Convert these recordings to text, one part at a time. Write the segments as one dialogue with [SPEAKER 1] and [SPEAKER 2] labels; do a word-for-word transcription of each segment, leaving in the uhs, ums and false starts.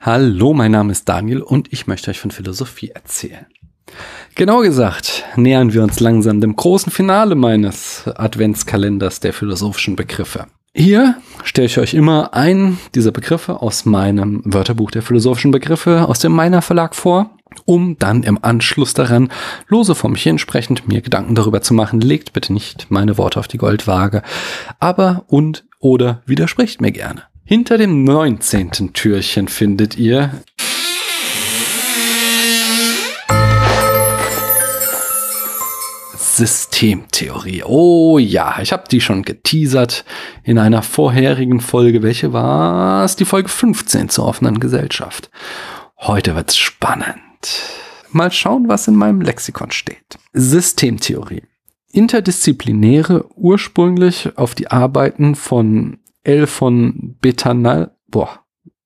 [SPEAKER 1] Hallo, mein Name ist Daniel und ich möchte euch von Philosophie erzählen. Genau gesagt, nähern wir uns langsam dem großen Finale meines Adventskalenders der philosophischen Begriffe. Hier stelle ich euch immer einen dieser Begriffe aus meinem Wörterbuch der philosophischen Begriffe aus dem Meiner Verlag vor, um dann im Anschluss daran lose vor mich entsprechend mir Gedanken darüber zu machen. Legt bitte nicht meine Worte auf die Goldwaage, aber und oder widerspricht mir gerne. Hinter dem neunzehnten Türchen findet ihr Systemtheorie. Oh ja, ich habe die schon geteasert in einer vorherigen Folge. Welche war es? Die Folge fünfzehn zur offenen Gesellschaft. Heute wird's spannend. Mal schauen, was in meinem Lexikon steht. Systemtheorie. Interdisziplinäre, ursprünglich auf die Arbeiten von L. von Betanal, boah,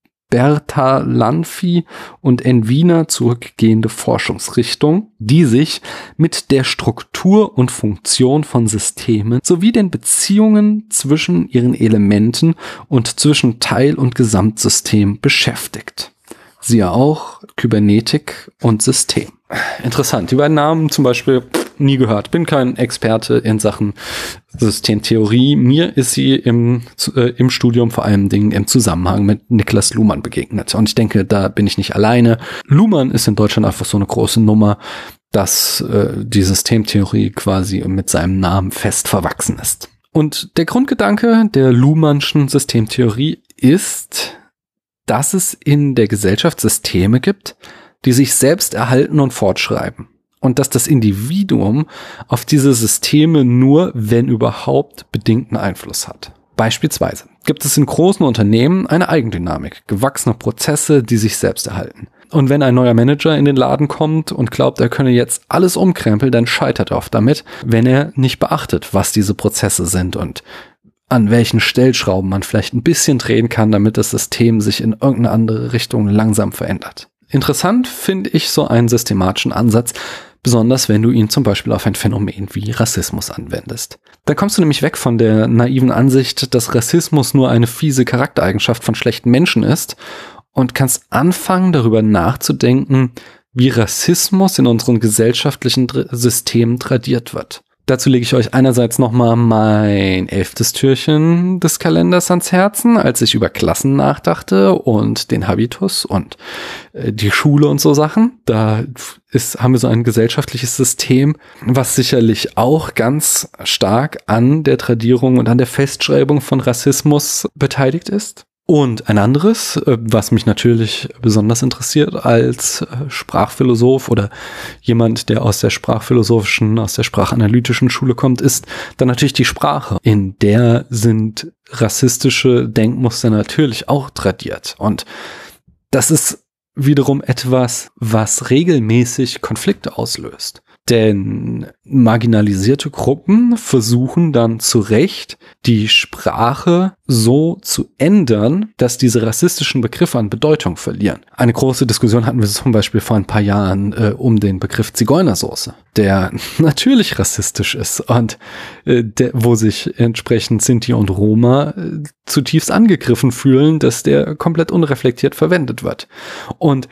[SPEAKER 1] Bertalanffy und N. Wiener zurückgehende Forschungsrichtung, die sich mit der Struktur und Funktion von Systemen sowie den Beziehungen zwischen ihren Elementen und zwischen Teil- und Gesamtsystem beschäftigt. Siehe auch Kybernetik und System. Interessant, die beiden Namen zum Beispiel nie gehört. Bin kein Experte in Sachen Systemtheorie. Mir ist sie im, äh, im Studium vor allem Dingen im Zusammenhang mit Niklas Luhmann begegnet. Und ich denke, da bin ich nicht alleine. Luhmann ist in Deutschland einfach so eine große Nummer, dass äh, die Systemtheorie quasi mit seinem Namen fest verwachsen ist. Und der Grundgedanke der Luhmannschen Systemtheorie ist, dass es in der Gesellschaft Systeme gibt, die sich selbst erhalten und fortschreiben. Und dass das Individuum auf diese Systeme nur, wenn überhaupt, bedingten Einfluss hat. Beispielsweise gibt es in großen Unternehmen eine Eigendynamik, gewachsene Prozesse, die sich selbst erhalten. Und wenn ein neuer Manager in den Laden kommt und glaubt, er könne jetzt alles umkrempeln, dann scheitert er oft damit, wenn er nicht beachtet, was diese Prozesse sind und an welchen Stellschrauben man vielleicht ein bisschen drehen kann, damit das System sich in irgendeine andere Richtung langsam verändert. Interessant finde ich so einen systematischen Ansatz, besonders wenn du ihn zum Beispiel auf ein Phänomen wie Rassismus anwendest. Da kommst du nämlich weg von der naiven Ansicht, dass Rassismus nur eine fiese Charaktereigenschaft von schlechten Menschen ist und kannst anfangen, darüber nachzudenken, wie Rassismus in unseren gesellschaftlichen Systemen tradiert wird. Dazu lege ich euch einerseits nochmal mein elftes Türchen des Kalenders ans Herzen, als ich über Klassen nachdachte und den Habitus und äh, die Schule und so Sachen. Da ist, haben wir so ein gesellschaftliches System, was sicherlich auch ganz stark an der Tradierung und an der Festschreibung von Rassismus beteiligt ist. Und ein anderes, was mich natürlich besonders interessiert als Sprachphilosoph oder jemand, der aus der sprachphilosophischen, aus der sprachanalytischen Schule kommt, ist dann natürlich die Sprache. In der sind rassistische Denkmuster natürlich auch tradiert. Und das ist wiederum etwas, was regelmäßig Konflikte auslöst. Denn marginalisierte Gruppen versuchen dann zu Recht, die Sprache so zu ändern, dass diese rassistischen Begriffe an Bedeutung verlieren. Eine große Diskussion hatten wir zum Beispiel vor ein paar Jahren äh, um den Begriff Zigeunersoße, der natürlich rassistisch ist und äh, der, wo sich entsprechend Sinti und Roma äh, zutiefst angegriffen fühlen, dass der komplett unreflektiert verwendet wird. Und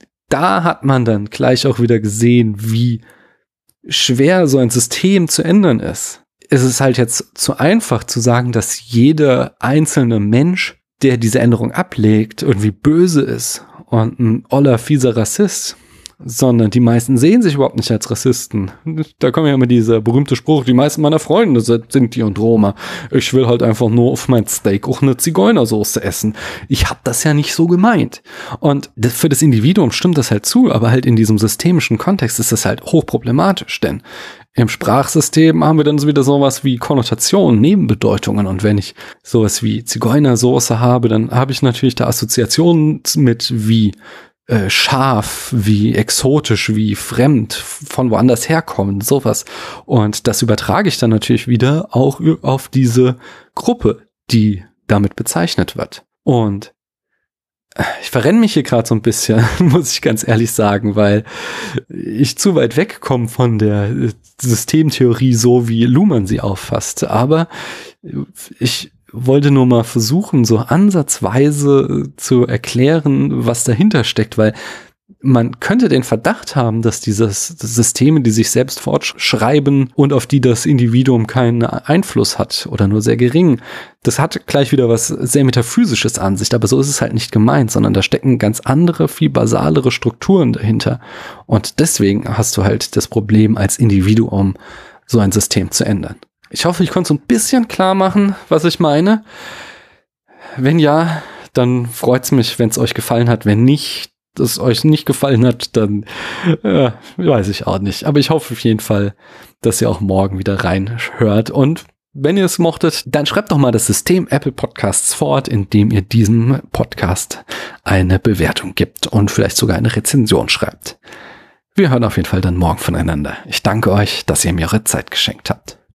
[SPEAKER 1] da hat man dann gleich auch wieder gesehen, wie schwer so ein System zu ändern ist. Es ist halt jetzt zu einfach zu sagen, dass jeder einzelne Mensch, der diese Änderung ablegt, irgendwie böse ist und ein oller, fieser Rassist, sondern die meisten sehen sich überhaupt nicht als Rassisten. Da kommt ja immer dieser berühmte Spruch, die meisten meiner Freunde sind Sinti und Roma. Ich will halt einfach nur auf mein Steak auch eine Zigeunersoße essen. Ich hab das ja nicht so gemeint. Und das, für das Individuum stimmt das halt zu, aber halt in diesem systemischen Kontext ist das halt hochproblematisch, denn im Sprachsystem haben wir dann so wieder sowas wie Konnotationen, Nebenbedeutungen. Und wenn ich sowas wie Zigeunersoße habe, dann habe ich natürlich da Assoziationen mit wie Äh, scharf, wie exotisch, wie fremd, von woanders herkommen, sowas. Und das übertrage ich dann natürlich wieder auch auf diese Gruppe, die damit bezeichnet wird. Und ich verrenne mich hier gerade so ein bisschen, muss ich ganz ehrlich sagen, weil ich zu weit wegkomme von der Systemtheorie, so wie Luhmann sie auffasst. Aber ich wollte nur mal versuchen, so ansatzweise zu erklären, was dahinter steckt, weil man könnte den Verdacht haben, dass diese Systeme, die sich selbst fortschreiben und auf die das Individuum keinen Einfluss hat oder nur sehr gering, das hat gleich wieder was sehr Metaphysisches an sich, aber so ist es halt nicht gemeint, sondern da stecken ganz andere, viel basalere Strukturen dahinter. Und deswegen hast du halt das Problem, als Individuum so ein System zu ändern. Ich hoffe, ich konnte so ein bisschen klar machen, was ich meine. Wenn ja, dann freut's mich, wenn es euch gefallen hat. Wenn nicht, das euch nicht gefallen hat, dann äh, weiß ich auch nicht. Aber ich hoffe auf jeden Fall, dass ihr auch morgen wieder reinhört. Und wenn ihr es mochtet, dann schreibt doch mal das System Apple Podcasts fort, indem ihr diesem Podcast eine Bewertung gibt und vielleicht sogar eine Rezension schreibt. Wir hören auf jeden Fall dann morgen voneinander. Ich danke euch, dass ihr mir eure Zeit geschenkt habt.